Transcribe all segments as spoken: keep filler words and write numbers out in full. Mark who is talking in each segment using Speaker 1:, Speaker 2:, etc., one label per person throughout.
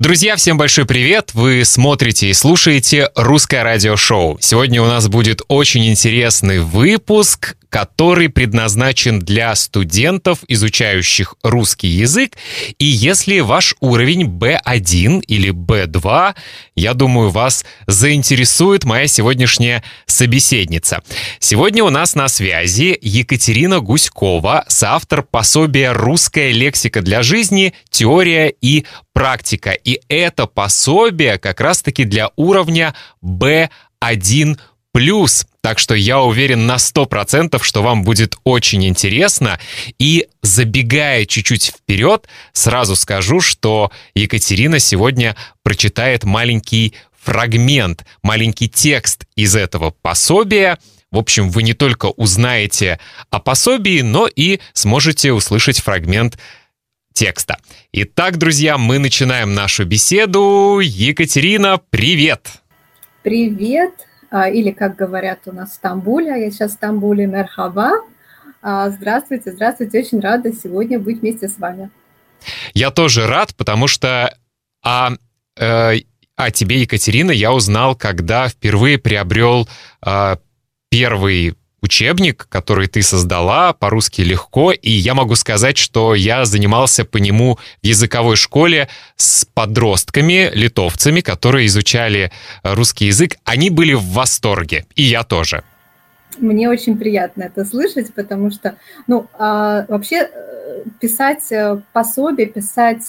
Speaker 1: Друзья, всем большой привет! Вы смотрите и слушаете «Русское радиошоу». Сегодня у нас будет очень интересный выпуск, который предназначен для студентов, изучающих русский язык. И если ваш уровень би один или би два, я думаю, вас заинтересует моя сегодняшняя собеседница. Сегодня у нас на связи Екатерина Гуськова, соавтор пособия «Русская лексика для жизни. Теория и практика». И это пособие как раз-таки для уровня би один плюс. Так что я уверен на сто процентов, что вам будет очень интересно. И забегая чуть-чуть вперед, сразу скажу, что Екатерина сегодня прочитает маленький фрагмент, маленький текст из этого пособия. В общем, вы не только узнаете о пособии, но и сможете услышать фрагмент текста. Итак, друзья, мы начинаем нашу беседу. Екатерина, привет!
Speaker 2: Привет! Или, как говорят у нас в Стамбуле, а я сейчас в Стамбуле, мерхаба. Здравствуйте, здравствуйте, очень рада сегодня быть вместе с вами.
Speaker 1: Я тоже рад, потому что о, э, о тебе, Екатерина, я узнал, когда впервые приобрел э, первый учебник, который ты создала, по-русски легко, и я могу сказать, что я занимался по нему в языковой школе с подростками, литовцами, которые изучали русский язык. Они были в восторге, и я тоже.
Speaker 2: Мне очень приятно это слышать, потому что, ну, а, вообще писать пособие, писать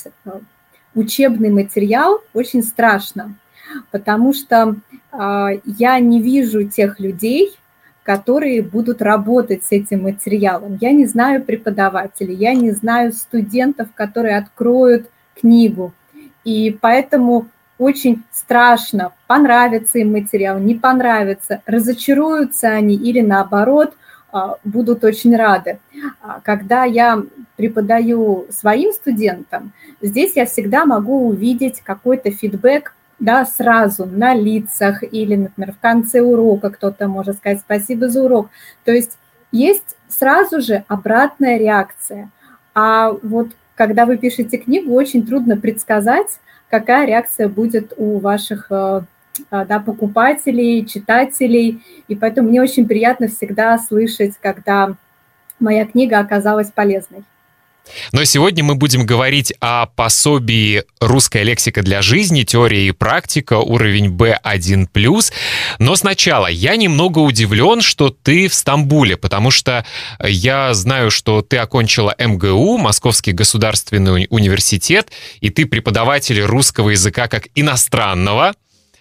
Speaker 2: учебный материал очень страшно, потому что а, я не вижу тех людей, которые будут работать с этим материалом. Я не знаю преподавателей, я не знаю студентов, которые откроют книгу. И поэтому очень страшно, понравится им материал, не понравится, разочаруются они или наоборот будут очень рады. Когда я преподаю своим студентам, здесь я всегда могу увидеть какой-то фидбэк, да, сразу на лицах или, например, в конце урока кто-то может сказать спасибо за урок. То есть есть сразу же обратная реакция. А вот когда вы пишете книгу, очень трудно предсказать, какая реакция будет у ваших, да, покупателей, читателей. И поэтому мне очень приятно всегда слышать, когда моя книга оказалась полезной.
Speaker 1: Но сегодня мы будем говорить о пособии «Русская лексика для жизни. Теория и практика. Уровень би один плюс». Но сначала я немного удивлен, что ты в Стамбуле, потому что я знаю, что ты окончила эм гэ у, Московский государственный университет, и ты преподаватель русского языка как иностранного.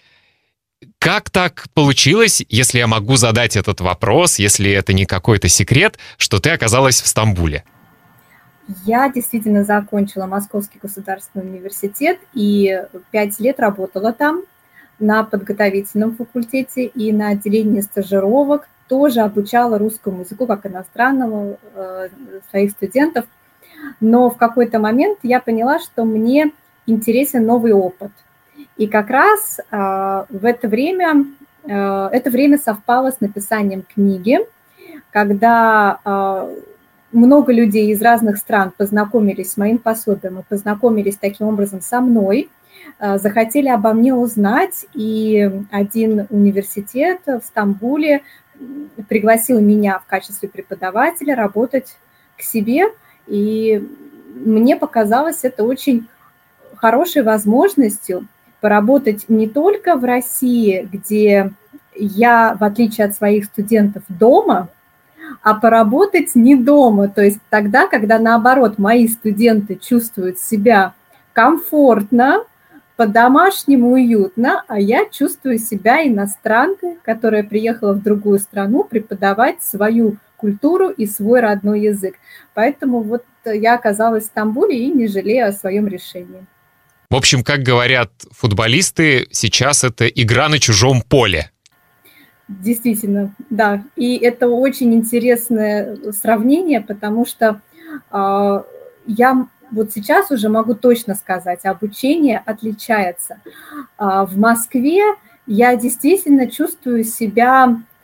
Speaker 1: Как так получилось, если я могу задать этот вопрос, если это не какой-то секрет, что ты оказалась в Стамбуле?
Speaker 2: Я действительно закончила Московский государственный университет и пять лет работала там на подготовительном факультете и на отделении стажировок. Тоже обучала русскому языку как иностранному своих студентов. Но в какой-то момент я поняла, что мне интересен новый опыт. И как раз в это время, это время совпало с написанием книги, когда много людей из разных стран познакомились с моим пособием и познакомились таким образом со мной, захотели обо мне узнать, и один университет в Стамбуле пригласил меня в качестве преподавателя работать к себе, и мне показалось это очень хорошей возможностью поработать не только в России, где я, в отличие от своих студентов, дома, а поработать не дома, то есть тогда, когда, наоборот, мои студенты чувствуют себя комфортно, по-домашнему уютно, а я чувствую себя иностранкой, которая приехала в другую страну преподавать свою культуру и свой родной язык. Поэтому вот я оказалась в Стамбуле и не жалею о своем решении.
Speaker 1: В общем, как говорят футболисты, сейчас это игра на чужом поле.
Speaker 2: Действительно, да. И это очень интересное сравнение, потому что э, я вот сейчас уже могу точно сказать, обучение отличается. Э, в Москве я действительно чувствую себя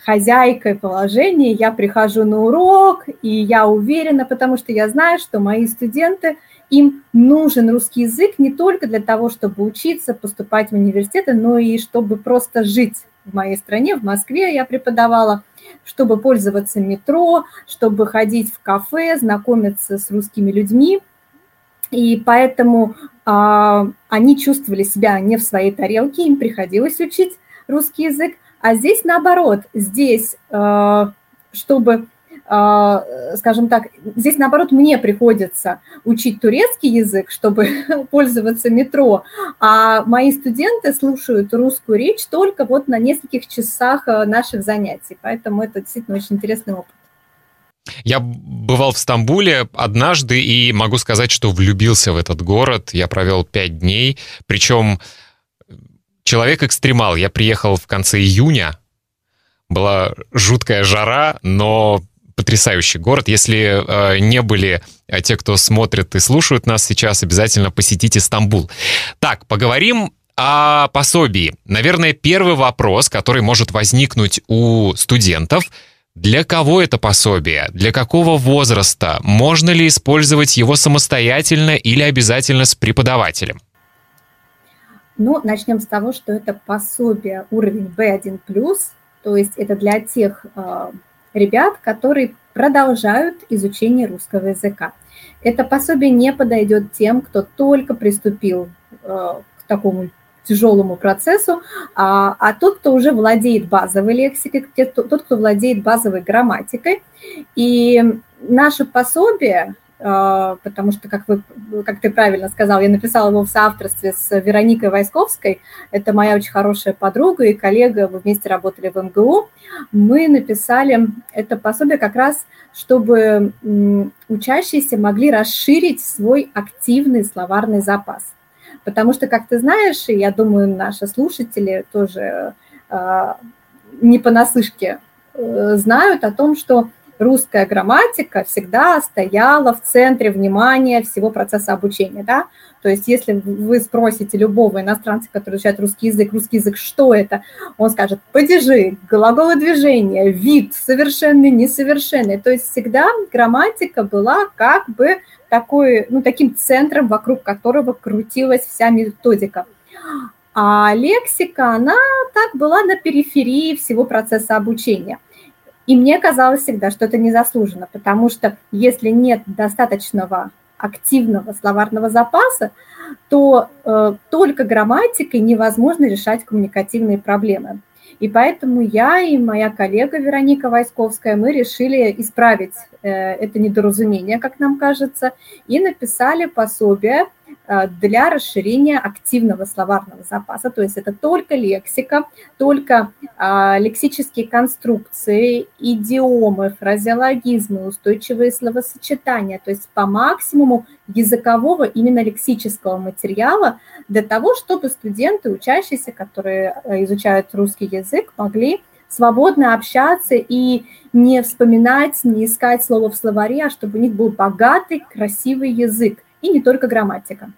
Speaker 2: хозяйкой положения, я прихожу на урок, и я уверена, потому что я знаю, что мои студенты, им нужен русский язык не только для того, чтобы учиться, поступать в университеты, но и чтобы просто жить в моей стране, в Москве я преподавала, чтобы пользоваться метро, чтобы ходить в кафе, знакомиться с русскими людьми. И поэтому а, они чувствовали себя не в своей тарелке, им приходилось учить русский язык. А здесь наоборот, здесь, а, чтобы, а, скажем так, здесь наоборот мне приходится учить турецкий язык, чтобы пользоваться метро, а мои студенты слушают русскую речь только вот на нескольких часах наших занятий. Поэтому это действительно очень интересный опыт.
Speaker 1: Я бывал в Стамбуле однажды и могу сказать, что влюбился в этот город. Я провел пять дней, причем человек-экстремал. Я приехал в конце июня, была жуткая жара, но потрясающий город. Если э, не были э, те, кто смотрит и слушают нас сейчас, обязательно посетите Стамбул. Так, поговорим о пособии. Наверное, первый вопрос, который может возникнуть у студентов — для кого это пособие? Для какого возраста? Можно ли использовать его самостоятельно или обязательно с преподавателем?
Speaker 2: Ну, начнем с того, что это пособие уровень би один плюс, то есть это для тех э, ребят, которые продолжают изучение русского языка. Это пособие не подойдет тем, кто только приступил э, к такому тяжелому процессу, а, а тот, кто уже владеет базовой лексикой, тот, кто владеет базовой грамматикой. И наше пособие, потому что, как, вы, как ты правильно сказал, я написала его в соавторстве с Вероникой Войсковской, это моя очень хорошая подруга и коллега, мы вместе работали в эм гэ у, мы написали это пособие как раз, чтобы учащиеся могли расширить свой активный словарный запас. Потому что, как ты знаешь, и я думаю, наши слушатели тоже э, не понаслышке э, знают о том, что русская грамматика всегда стояла в центре внимания всего процесса обучения. Да? То есть если вы спросите любого иностранца, который изучает русский язык, русский язык, что это? Он скажет падежи, глаголы движения, вид, совершенный, несовершенный. То есть всегда грамматика была как бы такой, ну, таким центром, вокруг которого крутилась вся методика. А лексика, она так была на периферии всего процесса обучения. И мне казалось всегда, что это незаслуженно, потому что если нет достаточного активного словарного запаса, то э, только грамматикой невозможно решать коммуникативные проблемы. И поэтому я и моя коллега Вероника Войсковская, мы решили исправить э, это недоразумение, как нам кажется, и написали пособие э, для расширения активного словарного запаса. То есть это только лексика, только э, лексические конструкции, идиомы, фразеологизмы, устойчивые словосочетания. То есть по максимуму языкового, именно лексического материала для того, чтобы студенты, учащиеся, которые изучают русский язык, могли свободно общаться и не вспоминать, не искать слово в словаре, а чтобы у них был богатый, красивый язык, и не только грамматика.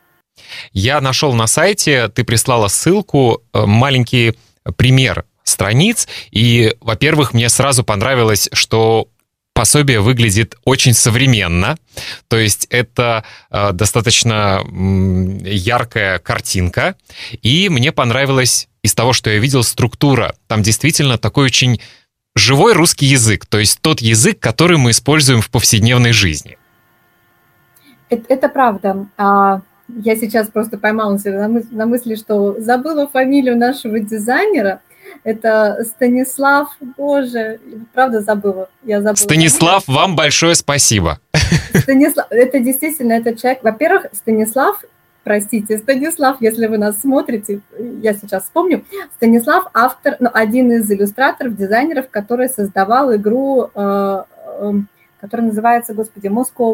Speaker 1: Я нашел на сайте, ты прислала ссылку, маленький пример страниц, и, во-первых, мне сразу понравилось, что пособие выглядит очень современно, то есть это э, достаточно м, яркая картинка, и мне понравилась из того, что я видел, структура. Там действительно такой очень живой русский язык, то есть тот язык, который мы используем в повседневной жизни.
Speaker 2: Это, это правда. Я сейчас просто поймала себя на мысли, что забыла фамилию нашего дизайнера. Это Станислав, боже, правда забыла. Я забыла
Speaker 1: Станислав,
Speaker 2: фамилию.
Speaker 1: вам большое спасибо.
Speaker 2: Станислав, это действительно этот человек. Во-первых, Станислав, простите, Станислав, если вы нас смотрите, я сейчас вспомню, Станислав автор, ну, один из иллюстраторов, дизайнеров, который создавал игру, э, э, которая называется, господи, Moscow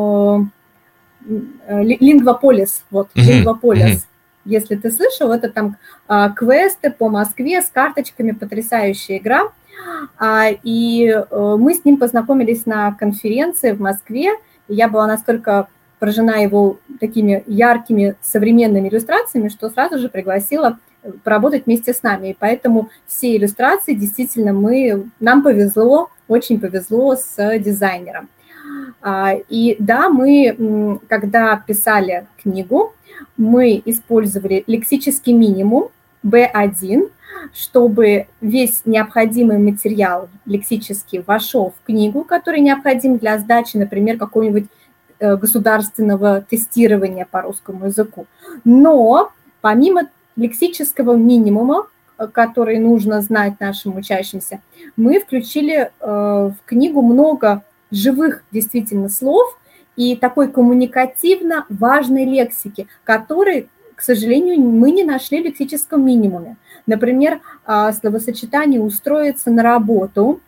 Speaker 2: э, Лингвополис, вот, mm-hmm. Лингвополис. Mm-hmm. Если ты слышал, это там а, квесты по Москве с карточками, потрясающая игра. А, и а, мы с ним познакомились на конференции в Москве. И я была настолько поражена его такими яркими современными иллюстрациями, что сразу же пригласила поработать вместе с нами. И поэтому все иллюстрации действительно мы, нам повезло, очень повезло с дизайнером. И да, мы, когда писали книгу, мы использовали лексический минимум би один, чтобы весь необходимый материал лексический вошел в книгу, который необходим для сдачи, например, какого-нибудь государственного тестирования по русскому языку. Но помимо лексического минимума, который нужно знать нашим учащимся, мы включили в книгу много живых действительно слов и такой коммуникативно важной лексики, которой, к сожалению, мы не нашли в лексическом минимуме. Например, словосочетание «устроиться на работу».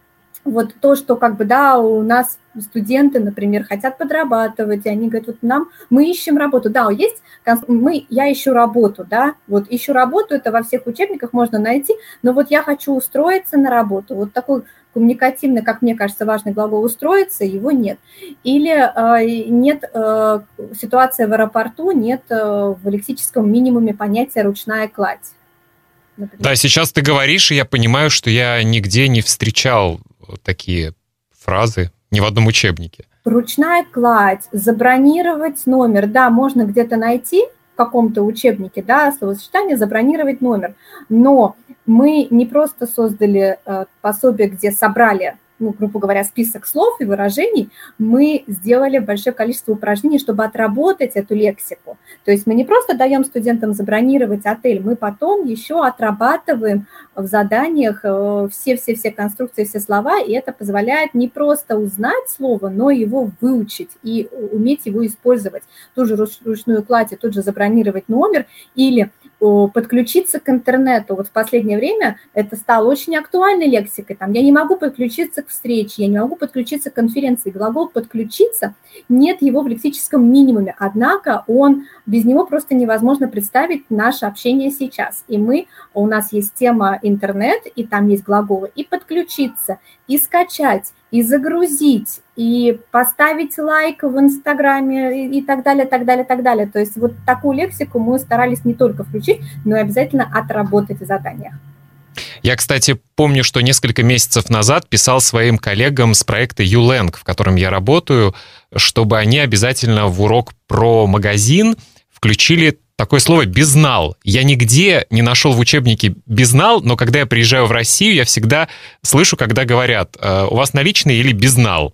Speaker 2: Вот то, что как бы, да, у нас студенты, например, хотят подрабатывать, и они говорят, вот нам, мы ищем работу. Да, есть, мы, я ищу работу, да, вот ищу работу, это во всех учебниках можно найти, но вот я хочу устроиться на работу. Вот такой коммуникативный, как мне кажется, важный глагол «устроиться», его нет. Или э, нет э, ситуации в аэропорту, нет э, в лексическом минимуме понятия «ручная кладь».
Speaker 1: Например. Да, сейчас ты говоришь, и я понимаю, что я нигде не встречал такие фразы ни в одном учебнике.
Speaker 2: Ручная кладь, забронировать номер, да, можно где-то найти в каком-то учебнике, да, словосочетание забронировать номер, но мы не просто создали э, пособие, где собрали, ну, грубо говоря, список слов и выражений, мы сделали большое количество упражнений, чтобы отработать эту лексику. То есть мы не просто даем студентам забронировать отель, мы потом еще отрабатываем в заданиях все-все-все конструкции, все слова, и это позволяет не просто узнать слово, но его выучить и уметь его использовать. Ту же ручную кладь, тут же забронировать номер или подключиться к интернету. Вот в последнее время это стало очень актуальной лексикой. Там, я не могу подключиться к встрече, я не могу подключиться к конференции. Глагол «подключиться» нет его в лексическом минимуме, однако он, без него просто невозможно представить наше общение сейчас. И мы, у нас есть тема интернет, и там есть глаголы и «подключиться», и «скачать», и «загрузить», и поставить лайк в Инстаграме и так далее, так далее, так далее. То есть вот такую лексику мы старались не только включить, но и обязательно отработать в заданиях.
Speaker 1: Я, кстати, помню, что несколько месяцев назад писал своим коллегам с проекта YouLang, в котором я работаю, чтобы они обязательно в урок про магазин включили такое слово «безнал». Я нигде не нашел в учебнике «безнал», но когда я приезжаю в Россию, я всегда слышу, когда говорят «у вас наличный» или «безнал».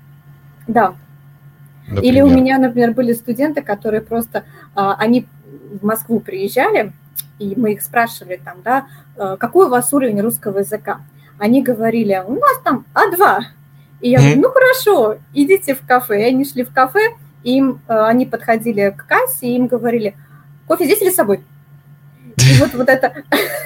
Speaker 2: Да. Например. Или у меня, например, были студенты, которые просто, они в Москву приезжали, и мы их спрашивали там, да, какой у вас уровень русского языка? Они говорили, у нас там а два. И я mm-hmm. говорю, ну хорошо, идите в кафе. И они шли в кафе, и им, они подходили к кассе, и им говорили, кофе здесь или с собой? И вот, вот это,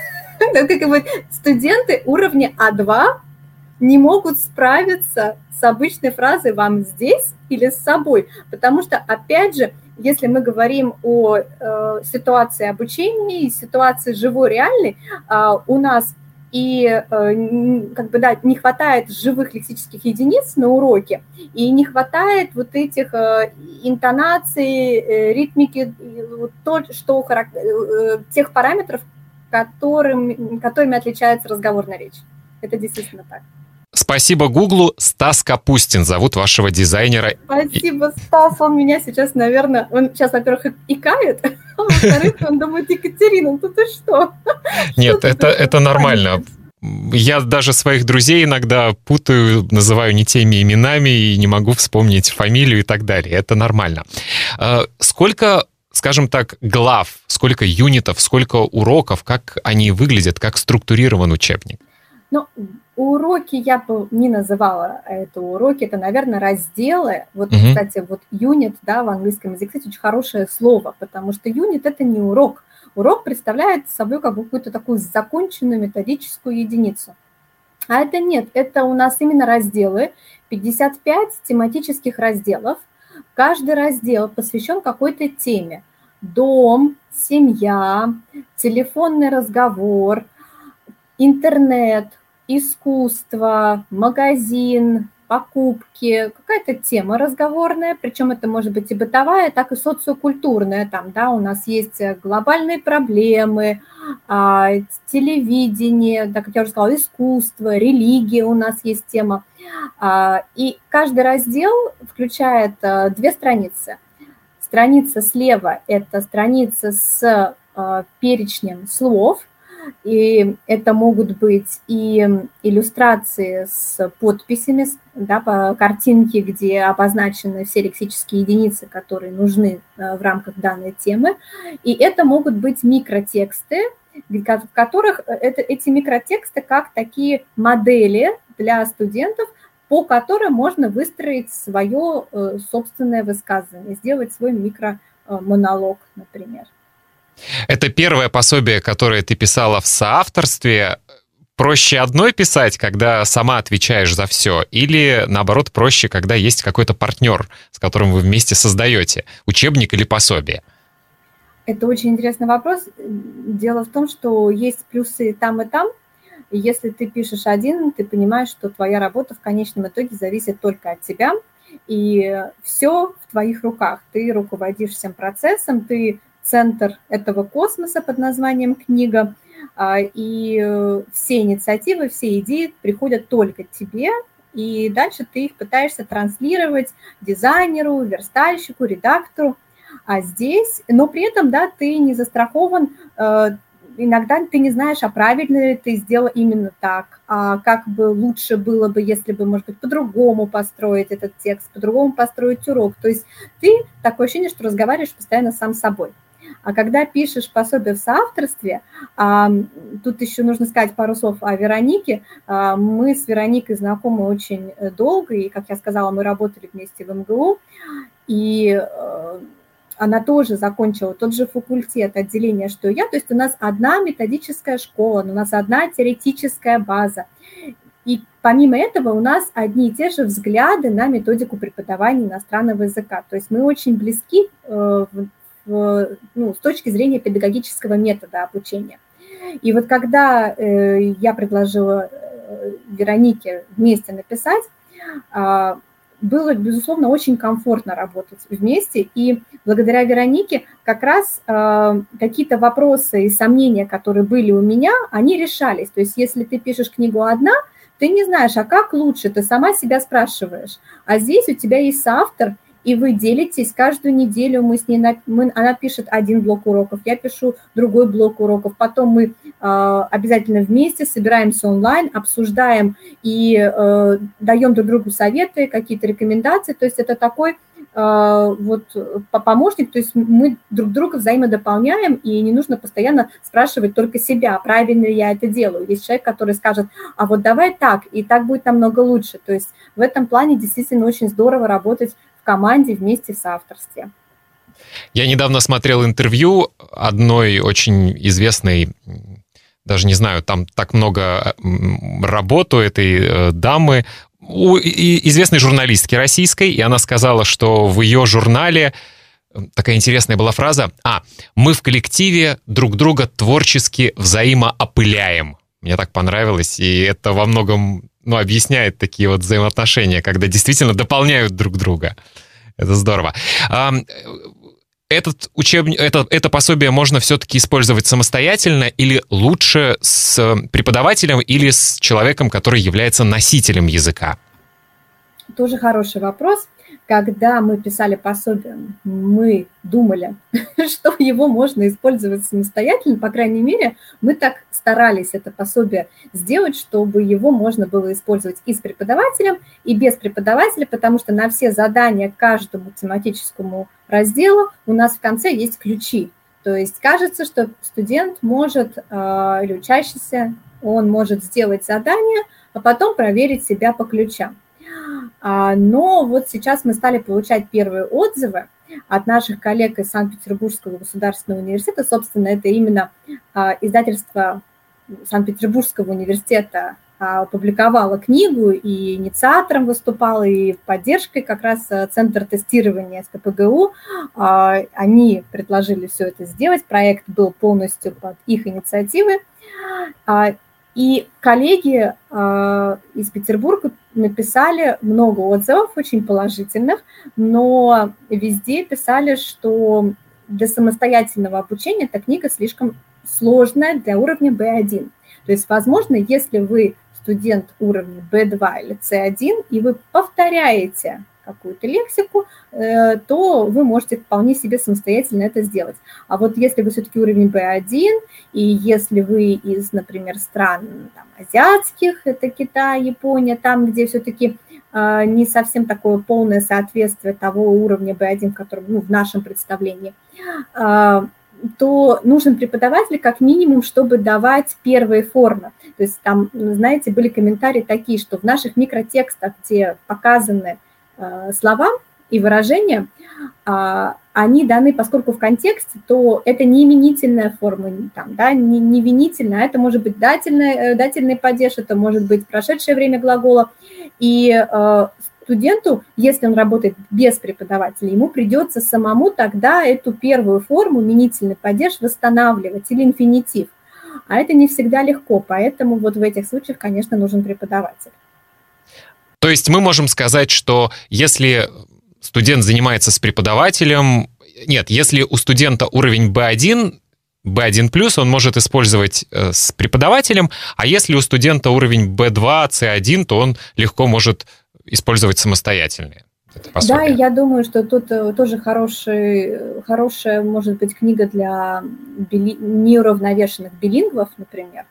Speaker 2: как бы студенты уровня а два не могут справиться с обычной фразой «вам здесь» или «с собой», потому что, опять же, если мы говорим о э, ситуации обучения и ситуации живой, реальной, э, у нас и э, как бы, да, не хватает живых лексических единиц на уроке, и не хватает вот этих э, интонаций, э, ритмики, э, то, что, э, тех параметров, которым, которыми отличается разговорная речь. Это действительно так.
Speaker 1: Спасибо Гуглу. Стас Капустин зовут вашего дизайнера.
Speaker 2: Спасибо, Стас. Он меня сейчас, наверное, он сейчас, во-первых, икает, а во-вторых, он думает, Екатерина, ну ты что?
Speaker 1: Нет, что это, это нормально. Я даже своих друзей иногда путаю, называю не теми именами и не могу вспомнить фамилию и так далее. Это нормально. Сколько, скажем так, глав, сколько юнитов, сколько уроков, как они выглядят, как структурирован учебник?
Speaker 2: Ну, уроки я бы не называла это уроки, это, наверное, разделы. Вот, mm-hmm. кстати, вот юнит, да, в английском языке, кстати, очень хорошее слово, потому что юнит – это не урок. Урок представляет собой как бы какую-то такую законченную методическую единицу. А это нет, это у нас именно разделы, пятьдесят пять тематических разделов. Каждый раздел посвящен какой-то теме. Дом, семья, телефонный разговор, интернет, искусство, магазин, покупки, какая-то тема разговорная, причем это может быть и бытовая, так и социокультурная. Там, да, у нас есть глобальные проблемы, телевидение, так как я уже сказала, искусство, религия у нас есть тема. И каждый раздел включает две страницы. Страница слева – это страница с перечнем слов, и это могут быть и иллюстрации с подписями, да, картинки, где обозначены все лексические единицы, которые нужны в рамках данной темы. И это могут быть микротексты, в которых это, эти микротексты как такие модели для студентов, по которым можно выстроить свое собственное высказывание, сделать свой микромонолог, например.
Speaker 1: Это первое пособие, которое ты писала в соавторстве. Проще одной писать, когда сама отвечаешь за все, или, наоборот, проще, когда есть какой-то партнер, с которым вы вместе создаете учебник или пособие?
Speaker 2: Это очень интересный вопрос. Дело в том, что есть плюсы и там, и там. И если ты пишешь один, ты понимаешь, что твоя работа в конечном итоге зависит только от тебя, и все в твоих руках. Ты руководишь всем процессом, ты центр этого космоса под названием книга, и все инициативы, все идеи приходят только тебе, и дальше ты их пытаешься транслировать дизайнеру, верстальщику, редактору. А здесь, но при этом, да, ты не застрахован, иногда ты не знаешь, а правильно ли ты сделал именно так, а как бы лучше было бы, если бы, может быть, по-другому построить этот текст, по-другому построить урок. То есть ты такое ощущение, что разговариваешь постоянно сам с собой. А когда пишешь пособие в соавторстве, тут еще нужно сказать пару слов о Веронике. Мы с Вероникой знакомы очень долго, и, как я сказала, мы работали вместе в эм гэ у, и она тоже закончила тот же факультет, отделение, что и я. То есть у нас одна методическая школа, у нас одна теоретическая база. И помимо этого у нас одни и те же взгляды на методику преподавания иностранного языка. То есть мы очень близки в, в, ну, с точки зрения педагогического метода обучения. И вот когда э, я предложила Веронике вместе написать, э, было, безусловно, очень комфортно работать вместе, и благодаря Веронике как раз э, какие-то вопросы и сомнения, которые были у меня, они решались. То есть если ты пишешь книгу одна, ты не знаешь, а как лучше, ты сама себя спрашиваешь. А здесь у тебя есть соавтор, и вы делитесь каждую неделю, мы с ней, мы, она пишет один блок уроков, я пишу другой блок уроков, потом мы э, обязательно вместе собираемся онлайн, обсуждаем и э, даем друг другу советы, какие-то рекомендации, то есть это такой э, вот помощник, то есть мы друг друга взаимодополняем, и не нужно постоянно спрашивать только себя, правильно ли я это делаю. Есть человек, который скажет, а вот давай так, и так будет намного лучше, то есть в этом плане действительно очень здорово работать в команде вместе в соавторстве.
Speaker 1: Я недавно смотрел интервью одной очень известной, даже не знаю, там так много работ у этой дамы, у известной журналистки российской, и она сказала, что в ее журнале такая интересная была фраза: «А, мы в коллективе друг друга творчески взаимоопыляем». Мне так понравилось, и это во многом, ну, объясняет такие вот взаимоотношения, когда действительно дополняют друг друга. Это здорово. Этот учебник, это, это пособие можно все-таки использовать самостоятельно или лучше с преподавателем или с человеком, который является носителем языка?
Speaker 2: Тоже хороший вопрос. Когда мы писали пособие, мы думали, что его можно использовать самостоятельно, по крайней мере, мы так старались это пособие сделать, чтобы его можно было использовать и с преподавателем, и без преподавателя, потому что на все задания к каждому тематическому разделу у нас в конце есть ключи. То есть кажется, что студент может, или учащийся, он может сделать задание, а потом проверить себя по ключам. Но вот сейчас мы стали получать первые отзывы от наших коллег из Санкт-Петербургского государственного университета. Собственно, это именно издательство Санкт-Петербургского университета опубликовало книгу, и инициатором выступало, и поддержкой как раз Центр тестирования эс ка пэ гэ у. Они предложили все это сделать, проект был полностью под их инициативой. И коллеги из Петербурга написали много отзывов, очень положительных, но везде писали, что для самостоятельного обучения эта книга слишком сложная для уровня би один. То есть, возможно, если вы студент уровня би два или си один, и вы повторяете какую-то лексику, то вы можете вполне себе самостоятельно это сделать. А вот если вы все-таки уровень би один, и если вы из, например, стран там, азиатских, это Китай, Япония, там, где все-таки э, не совсем такое полное соответствие того уровня би один, в котором, ну, в нашем представлении, э, то нужен преподаватель как минимум, чтобы давать первые формы. То есть там, знаете, были комментарии такие, что в наших микротекстах, где показаны э, слова и выражения, э, они даны, поскольку в контексте, то это не именительная форма, там, да, не, не винительная, а это может быть дательный, дательный падеж, это может быть прошедшее время глагола. И э, студенту, если он работает без преподавателя, ему придется самому тогда эту первую форму, именительный падеж, восстанавливать или инфинитив. А это не всегда легко, поэтому вот в этих случаях, конечно, нужен преподаватель.
Speaker 1: То есть мы можем сказать, что если студент занимается с преподавателем, нет, если у студента уровень би один, би один плюс, он может использовать э, с преподавателем, а если у студента уровень би два, си один, то он легко может использовать самостоятельно.
Speaker 2: Да, и я думаю, что тут тоже хороший, хорошая, может быть, книга для били... неуравновешенных билингвов, например,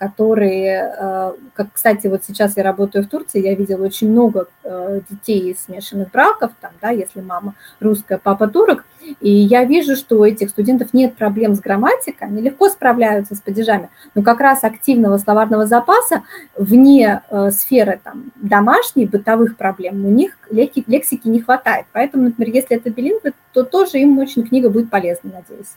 Speaker 2: которые, как, кстати, вот сейчас я работаю в Турции, я видела очень много детей из смешанных браков, там, да, если мама русская, папа турок, и я вижу, что у этих студентов нет проблем с грамматикой, они легко справляются с падежами, но как раз активного словарного запаса вне э, сферы там, домашней, бытовых проблем у них лексики не хватает. Поэтому, например, если это билингвы, то тоже им очень книга будет полезна, надеюсь.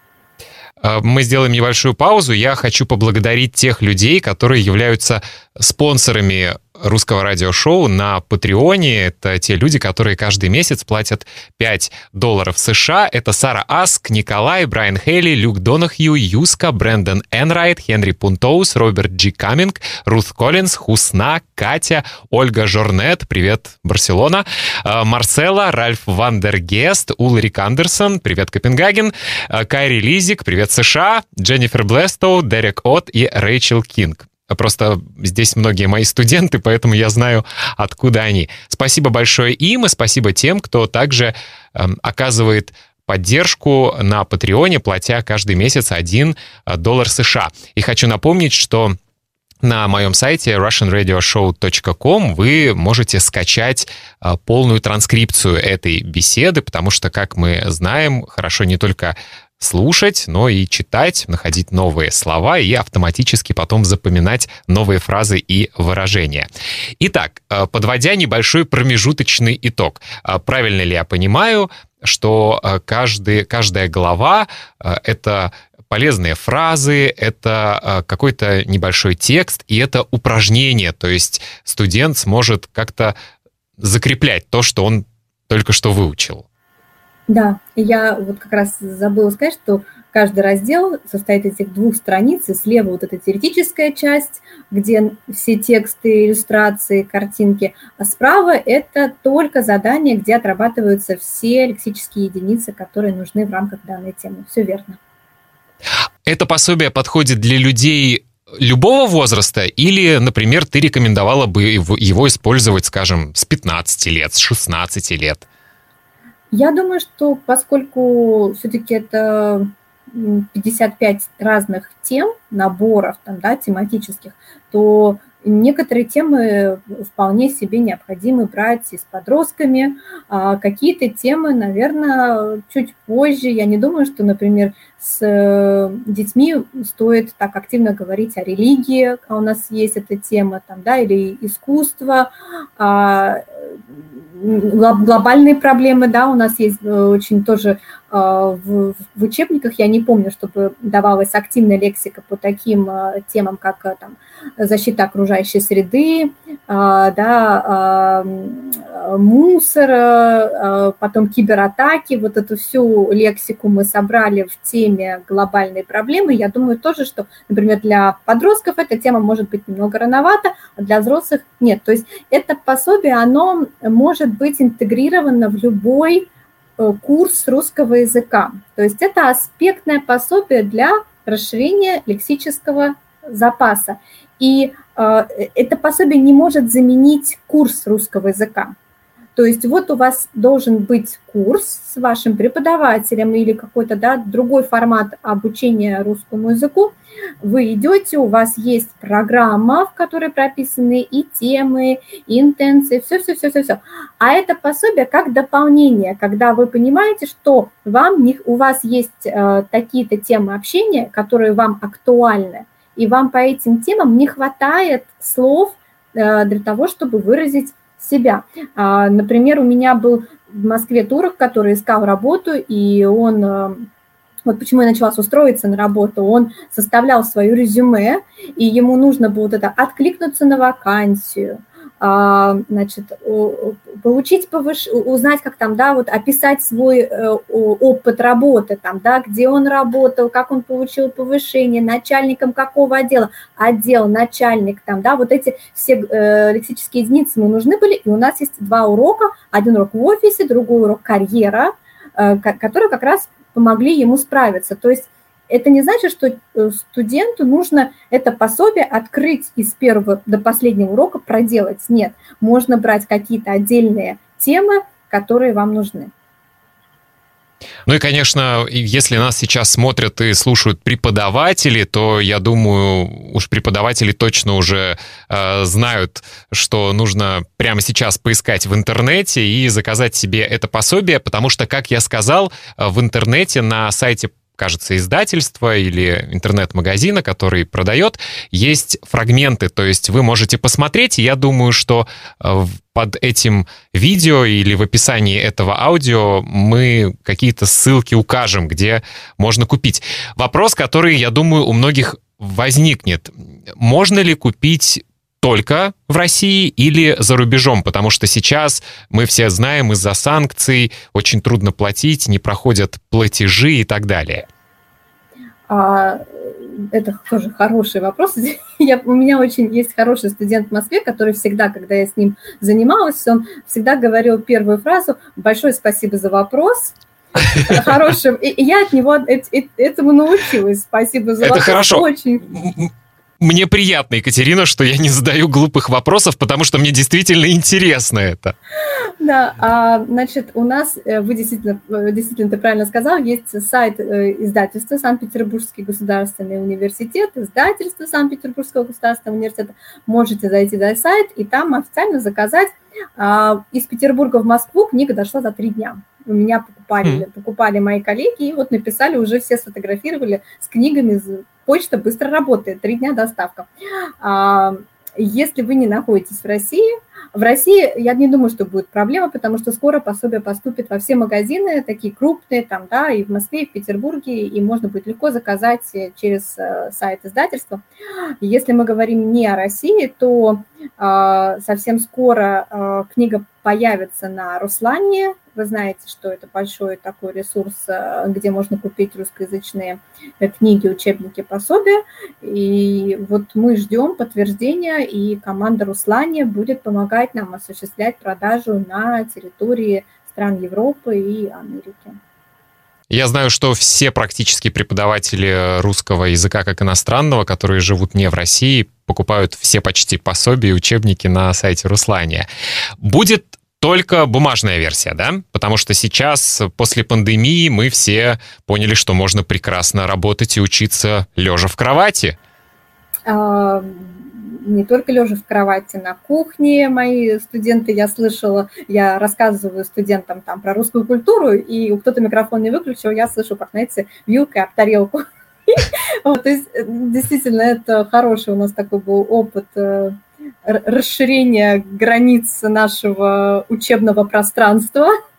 Speaker 1: Мы сделаем небольшую паузу. Я хочу поблагодарить тех людей, которые являются спонсорами русского радиошоу на Патреоне. Это те люди, которые каждый месяц платят пять долларов США. Это Сара Аск, Николай, Брайан Хейли, Люк Донахью, Юска, Брэндон Энрайт, Хенри Пунтоус, Роберт Джи Каминг, Рут Коллинз, Хусна, Катя, Ольга Жорнет, привет, Барселона, Марсела, Ральф Вандергест, Улрик Андерсон, привет, Копенгаген, Кайри Лизик, привет, США, Дженнифер Блестоу, Дерек Отт и Рэйчел Кинг. Просто здесь многие мои студенты, поэтому я знаю, откуда они. Спасибо большое им, и спасибо тем, кто также э, оказывает поддержку на Патреоне, платя каждый месяц один доллар США. И хочу напомнить, что на моем сайте russian radio show точка com вы можете скачать полную транскрипцию этой беседы, потому что, как мы знаем, хорошо не только слушать, но и читать, находить новые слова и автоматически потом запоминать новые фразы и выражения. Итак, подводя небольшой промежуточный итог. Правильно ли я понимаю, что каждый, каждая глава — это полезные фразы, это какой-то небольшой текст, и это упражнение, то есть студент сможет как-то закреплять то, что он только что выучил?
Speaker 2: Да, я вот как раз забыла сказать, что каждый раздел состоит из этих двух страниц, и слева вот эта теоретическая часть, где все тексты, иллюстрации, картинки, а справа это только задания, где отрабатываются все лексические единицы, которые нужны в рамках данной темы. Все верно.
Speaker 1: Это пособие подходит для людей любого возраста, или, например, ты рекомендовала бы его использовать, скажем, с пятнадцати лет, с шестнадцати лет?
Speaker 2: Я думаю, что поскольку все-таки это пятьдесят пять разных тем, наборов там, да, тематических, то некоторые темы вполне себе необходимо брать и с подростками, а какие-то темы, наверное, чуть позже. Я не думаю, что, например, с детьми стоит так активно говорить о религии, а у нас есть эта тема, там, да, или искусство, глобальные проблемы, да, у нас есть очень тоже в, в учебниках я не помню, чтобы давалась активная лексика по таким темам, как там, защита окружающей среды, да, мусор, потом кибератаки. Вот эту всю лексику мы собрали в теме глобальной проблемы. Я думаю тоже, что, например, для подростков эта тема может быть немного рановата, а для взрослых нет. То есть это пособие, оно может быть интегрировано в любой курс русского языка. То есть это аспектное пособие для расширения лексического запаса. И э, это пособие не может заменить курс русского языка. То есть вот у вас должен быть курс с вашим преподавателем или какой-то, да, другой формат обучения русскому языку. Вы идете, у вас есть программа, в которой прописаны и темы, и интенции, все-все-все-все. А это пособие как дополнение, когда вы понимаете, что вам, у вас есть э, такие-то темы общения, которые вам актуальны, и вам по этим темам не хватает слов э, для того, чтобы выразить себя. Например, у меня был в Москве турок, который искал работу, и он, вот почему я начала устроиться на работу, он составлял свое резюме, и ему нужно было вот это откликнуться на вакансию, значит, получить повыш... узнать, как там, да, вот описать свой опыт работы, там, да, где он работал, как он получил повышение, начальником какого отдела, отдел, начальник, там, да, вот эти все э, лексические единицы ему нужны были, и у нас есть два урока, один урок в офисе, другой урок карьера, э, которые как раз помогли ему справиться. То есть это не значит, что студенту нужно это пособие открыть из первого до последнего урока, проделать. Нет, можно брать какие-то отдельные темы, которые вам нужны.
Speaker 1: Ну и, конечно, если нас сейчас смотрят и слушают преподаватели, то, я думаю, уж преподаватели точно уже э, знают, что нужно прямо сейчас поискать в интернете и заказать себе это пособие, потому что, как я сказал, в интернете на сайте, кажется, издательства или интернет-магазина, который продает, есть фрагменты, то есть вы можете посмотреть, и я думаю, что под этим видео или в описании этого аудио мы какие-то ссылки укажем, где можно купить. Вопрос, который, я думаю, у многих возникнет. Можно ли купить только в России или за рубежом? Потому что сейчас, мы все знаем, из-за санкций очень трудно платить, не проходят платежи и так далее.
Speaker 2: А, это тоже хороший вопрос. Я, у меня очень есть хороший студент в Москве, который всегда, когда я с ним занималась, он всегда говорил первую фразу: «Большое спасибо за вопрос». Хорошим. И я от него этому научилась. Спасибо за вопрос.
Speaker 1: Это хорошо.
Speaker 2: Очень...
Speaker 1: Мне приятно, Екатерина, что я не задаю глупых вопросов, потому что мне действительно интересно это.
Speaker 2: Да, а, значит, у нас, вы действительно, действительно, ты правильно сказал, есть сайт издательства Санкт-Петербургский государственный университет, издательство Санкт-Петербургского государственного университета. Можете зайти на сайт и там официально заказать. А, из Петербурга в Москву книга дошла за три дня. У меня покупали, mm. покупали мои коллеги, и вот написали, уже все сфотографировали с книгами. Почта быстро работает, три дня доставка. Если вы не находитесь в России, в России я не думаю, что будет проблема, потому что скоро пособие поступит во все магазины, такие крупные, там, да, и в Москве, и в Петербурге, и можно будет легко заказать через сайт издательства. Если мы говорим не о России, то э, совсем скоро э, книга появится на Руслане. Вы знаете, что это большой такой ресурс, где можно купить русскоязычные книги, учебники, пособия. И вот мы ждем подтверждения, и команда Руслане будет помогать нам осуществлять продажу на территории стран Европы и Америки.
Speaker 1: Я знаю, что все практически преподаватели русского языка как иностранного, которые живут не в России, покупают все почти пособия и учебники на сайте Руслания. Будет только бумажная версия, да? Потому что сейчас, после пандемии, мы все поняли, что можно прекрасно работать и учиться лежа в кровати.
Speaker 2: А, не только лежа в кровати, на кухне мои студенты, я слышала, я рассказываю студентам там про русскую культуру, и кто-то микрофон не выключил, я слышу, как, знаете, вилкой об тарелку. То есть, действительно, это хороший у нас такой был опыт расширения границ нашего учебного пространства.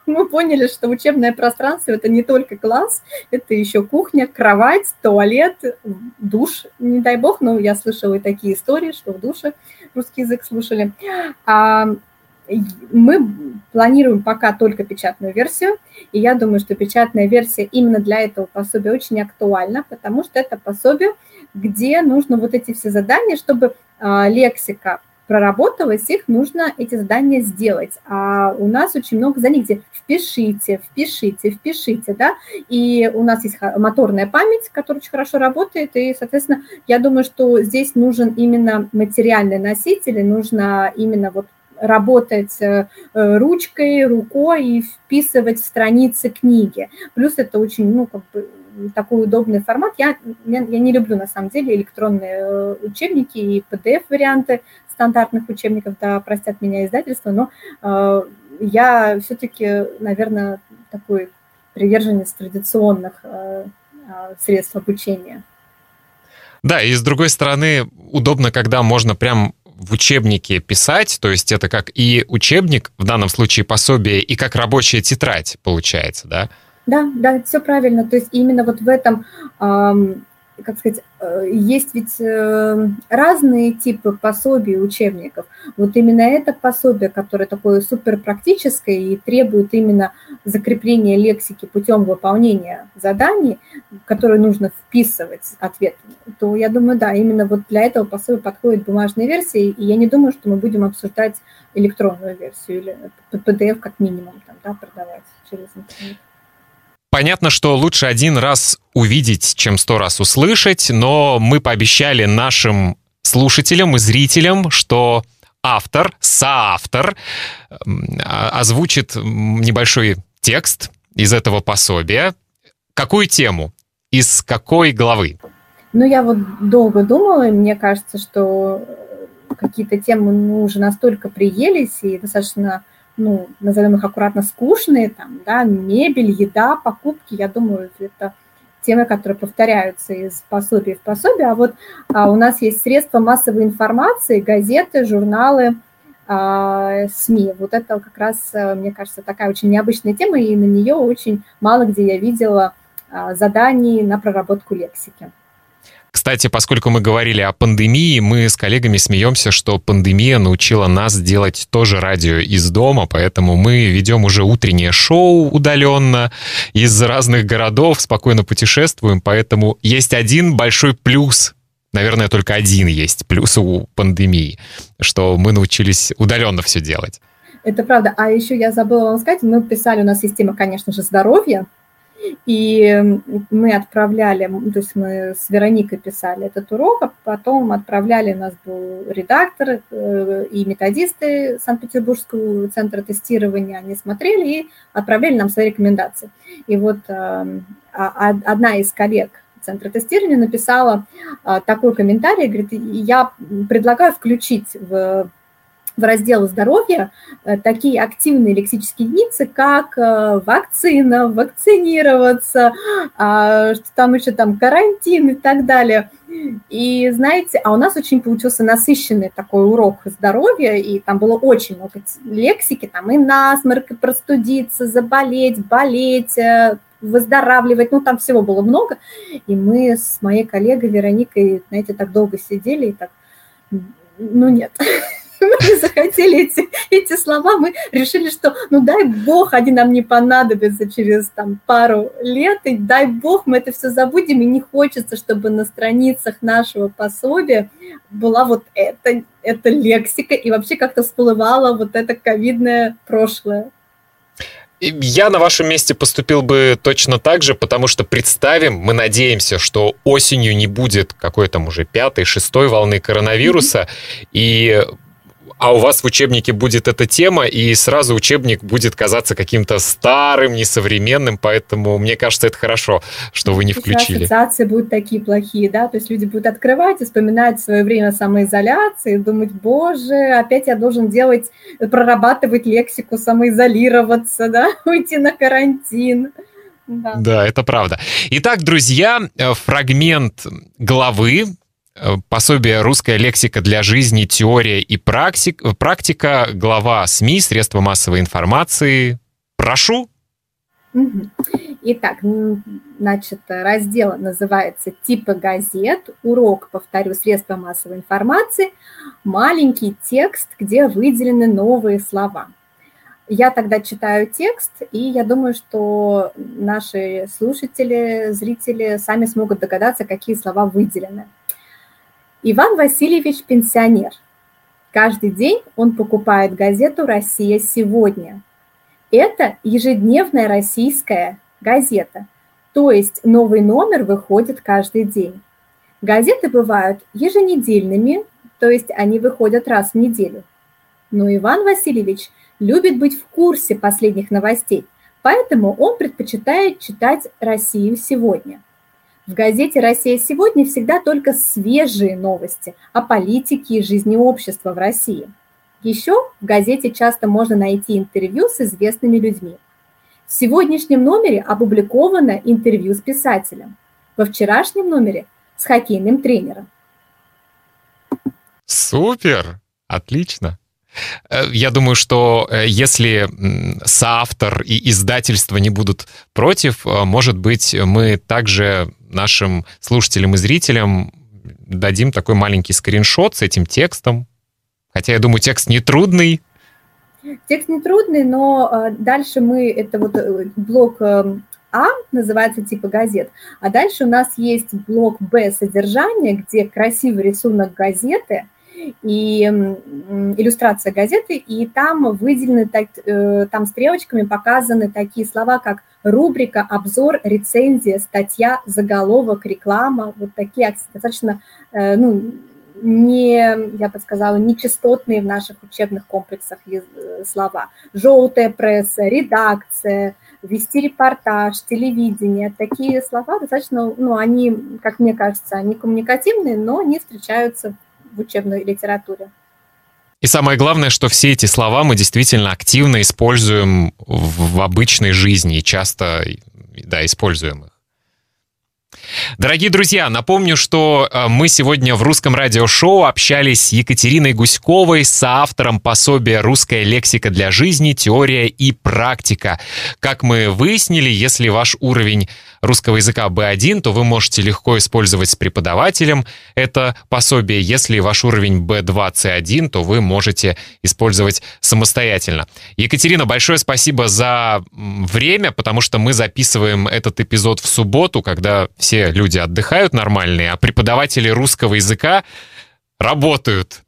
Speaker 2: мы поняли, что учебное пространство – это не только класс, это еще кухня, кровать, туалет, душ, не дай бог, но я слышала и такие истории, что в душе русский язык слушали. А мы планируем пока только печатную версию, и я думаю, что печатная версия именно для этого пособия очень актуальна, потому что это пособие, где нужно вот эти все задания, чтобы лексика проработалась, их нужно эти задания сделать. А у нас очень много заданий, где впишите, впишите, впишите, да, и у нас есть моторная память, которая очень хорошо работает, и, соответственно, я думаю, что здесь нужен именно материальный носитель, и нужно именно вот работать ручкой, рукой и вписывать в страницы книги. Плюс это очень, ну, как бы такой удобный формат. Я, я, я не люблю, на самом деле, электронные учебники и пи ди эф-варианты стандартных учебников, да, простят меня издательства, но э, я все-таки, наверное, такой приверженец традиционных э, э, средств обучения.
Speaker 1: Да, и с другой стороны, удобно, когда можно прям в учебнике писать, то есть это как и учебник, в данном случае пособие, и как рабочая тетрадь получается, да?
Speaker 2: Да, да, все правильно. То есть именно вот в этом, эм, как сказать, э, есть ведь э, разные типы пособий, учебников. Вот именно это пособие, которое такое суперпрактическое и требует именно закрепления лексики путем выполнения заданий, которые нужно вписывать ответы, то я думаю, да, именно вот для этого пособия подходит бумажная версия, и я не думаю, что мы будем обсуждать электронную версию или пи ди эф как минимум там, да, продавать через интернет.
Speaker 1: Понятно, что лучше один раз увидеть, чем сто раз услышать, но мы пообещали нашим слушателям и зрителям, что автор, соавтор озвучит небольшой текст из этого пособия. Какую тему? Из какой главы?
Speaker 2: Ну, я вот долго думала, и мне кажется, что какие-то темы ну, уже настолько приелись и достаточно, ну, назовем их аккуратно, скучные, там, да, мебель, еда, покупки, я думаю, это темы, которые повторяются из пособия в пособие, а вот а, у нас есть средства массовой информации, газеты, журналы, а, СМИ. Вот это как раз, мне кажется, такая очень необычная тема, и на нее очень мало где я видела а, заданий на проработку лексики.
Speaker 1: Кстати, поскольку мы говорили о пандемии, мы с коллегами смеемся, что пандемия научила нас делать тоже радио из дома, поэтому мы ведем уже утреннее шоу удаленно из разных городов, спокойно путешествуем, поэтому есть один большой плюс, наверное, только один есть плюс у пандемии, что мы научились удаленно все делать.
Speaker 2: Это правда. А еще я забыла вам сказать, мы писали, у нас есть тема, конечно же, здоровья. И мы отправляли, то есть мы с Вероникой писали этот урок, а потом отправляли, у нас был редактор и методисты Санкт-Петербургского центра тестирования, они смотрели и отправляли нам свои рекомендации. И вот одна из коллег Центра тестирования написала такой комментарий, говорит, я предлагаю включить в в раздел здоровья такие активные лексические единицы, как вакцина, вакцинироваться, что там еще там карантин и так далее. И знаете, а у нас очень получился насыщенный такой урок здоровья, и там было очень много лексики, там и насморк, и простудиться, заболеть, болеть, выздоравливать, ну там всего было много. И мы с моей коллегой Вероникой, знаете, так долго сидели и так, ну нет. Мы не захотели эти, эти слова, мы решили, что ну дай бог, они нам не понадобятся через там, пару лет, и дай бог мы это все забудем, и не хочется, чтобы на страницах нашего пособия была вот эта, эта лексика, и вообще как-то всплывало вот это ковидное прошлое.
Speaker 1: Я на вашем месте поступил бы точно так же, потому что представим, мы надеемся, что осенью не будет какой-то там уже пятой, шестой волны коронавируса, mm-hmm. и... а у вас в учебнике будет эта тема, и сразу учебник будет казаться каким-то старым, несовременным, поэтому мне кажется, это хорошо, что вы не включили.
Speaker 2: Ассоциации будут такие плохие, да, то есть люди будут открывать и вспоминать свое время самоизоляции, думать, боже, опять я должен делать, прорабатывать лексику, самоизолироваться, да, уйти на карантин. Да.
Speaker 1: Да, это правда. Итак, друзья, фрагмент главы пособие «Русская лексика для жизни. Теория и практика», глава СМИ, средства массовой информации. Прошу.
Speaker 2: Итак, значит, раздел называется «Типы газет». Урок, повторю, средства массовой информации. Маленький текст, где выделены новые слова. Я тогда читаю текст, и я думаю, что наши слушатели, зрители сами смогут догадаться, какие слова выделены. Иван Васильевич – пенсионер. Каждый день он покупает газету «Россия сегодня». Это ежедневная российская газета, то есть новый номер выходит каждый день. Газеты бывают еженедельными, то есть они выходят раз в неделю. Но Иван Васильевич любит быть в курсе последних новостей, поэтому он предпочитает читать «Россию сегодня». В газете «Россия сегодня» всегда только свежие новости о политике и жизни общества в России. Еще в газете часто можно найти интервью с известными людьми. В сегодняшнем номере опубликовано интервью с писателем. Во вчерашнем номере с хоккейным тренером.
Speaker 1: Супер! Отлично! Я думаю, что если соавтор и издательство не будут против, может быть, мы также нашим слушателям и зрителям дадим такой маленький скриншот с этим текстом. Хотя, я думаю, текст не трудный.
Speaker 2: Текст не трудный, но дальше мы, это вот блок А, называется типа газет, а дальше у нас есть блок Б, содержание, где красивый рисунок газеты и иллюстрация газеты, и там выделены, там стрелочками показаны такие слова, как рубрика, обзор, рецензия, статья, заголовок, реклама, вот такие достаточно, ну, не, я бы сказала, нечастотные в наших учебных комплексах слова. Желтая пресса, редакция, вести репортаж, телевидение. Такие слова достаточно, ну, они, как мне кажется, они коммуникативные, но не встречаются в учебной литературе.
Speaker 1: И самое главное, что все эти слова мы действительно активно используем в обычной жизни и часто, да, используем их. Дорогие друзья, напомню, что мы сегодня в Русском радиошоу общались с Екатериной Гуськовой, соавтором пособия «Русская лексика для жизни. Теория и практика». Как мы выяснили, если ваш уровень русского языка бэ один, то вы можете легко использовать с преподавателем это пособие. Если ваш уровень бэ два цэ один, то вы можете использовать самостоятельно. Екатерина, большое спасибо за время, потому что мы записываем этот эпизод в субботу, когда все люди отдыхают нормальные, а преподаватели русского языка работают.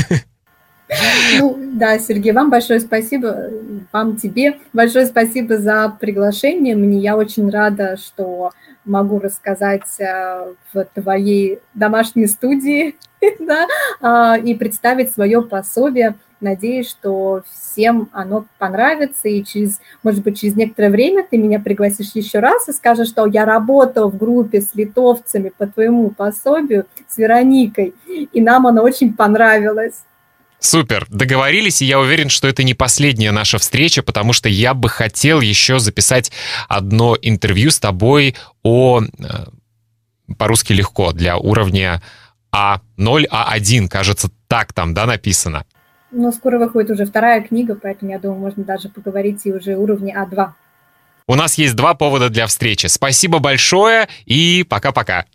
Speaker 2: Ну, да, Сергей, вам большое спасибо, вам, тебе большое спасибо за приглашение. Мне я очень рада, что могу рассказать в твоей домашней студии, да, и представить свое пособие. Надеюсь, что всем оно понравится, и через, может быть, через некоторое время ты меня пригласишь еще раз и скажешь, что я работала в группе с литовцами по твоему пособию, с Вероникой, и нам оно очень понравилось.
Speaker 1: Супер, договорились, и я уверен, что это не последняя наша встреча, потому что я бы хотел еще записать одно интервью с тобой о по-русски легко для уровня а ноль, а один, кажется, так там, да, написано.
Speaker 2: Ну, скоро выходит уже вторая книга, поэтому, я думаю, можно даже поговорить и уже уровне а два.
Speaker 1: У нас есть два повода для встречи. Спасибо большое и пока-пока.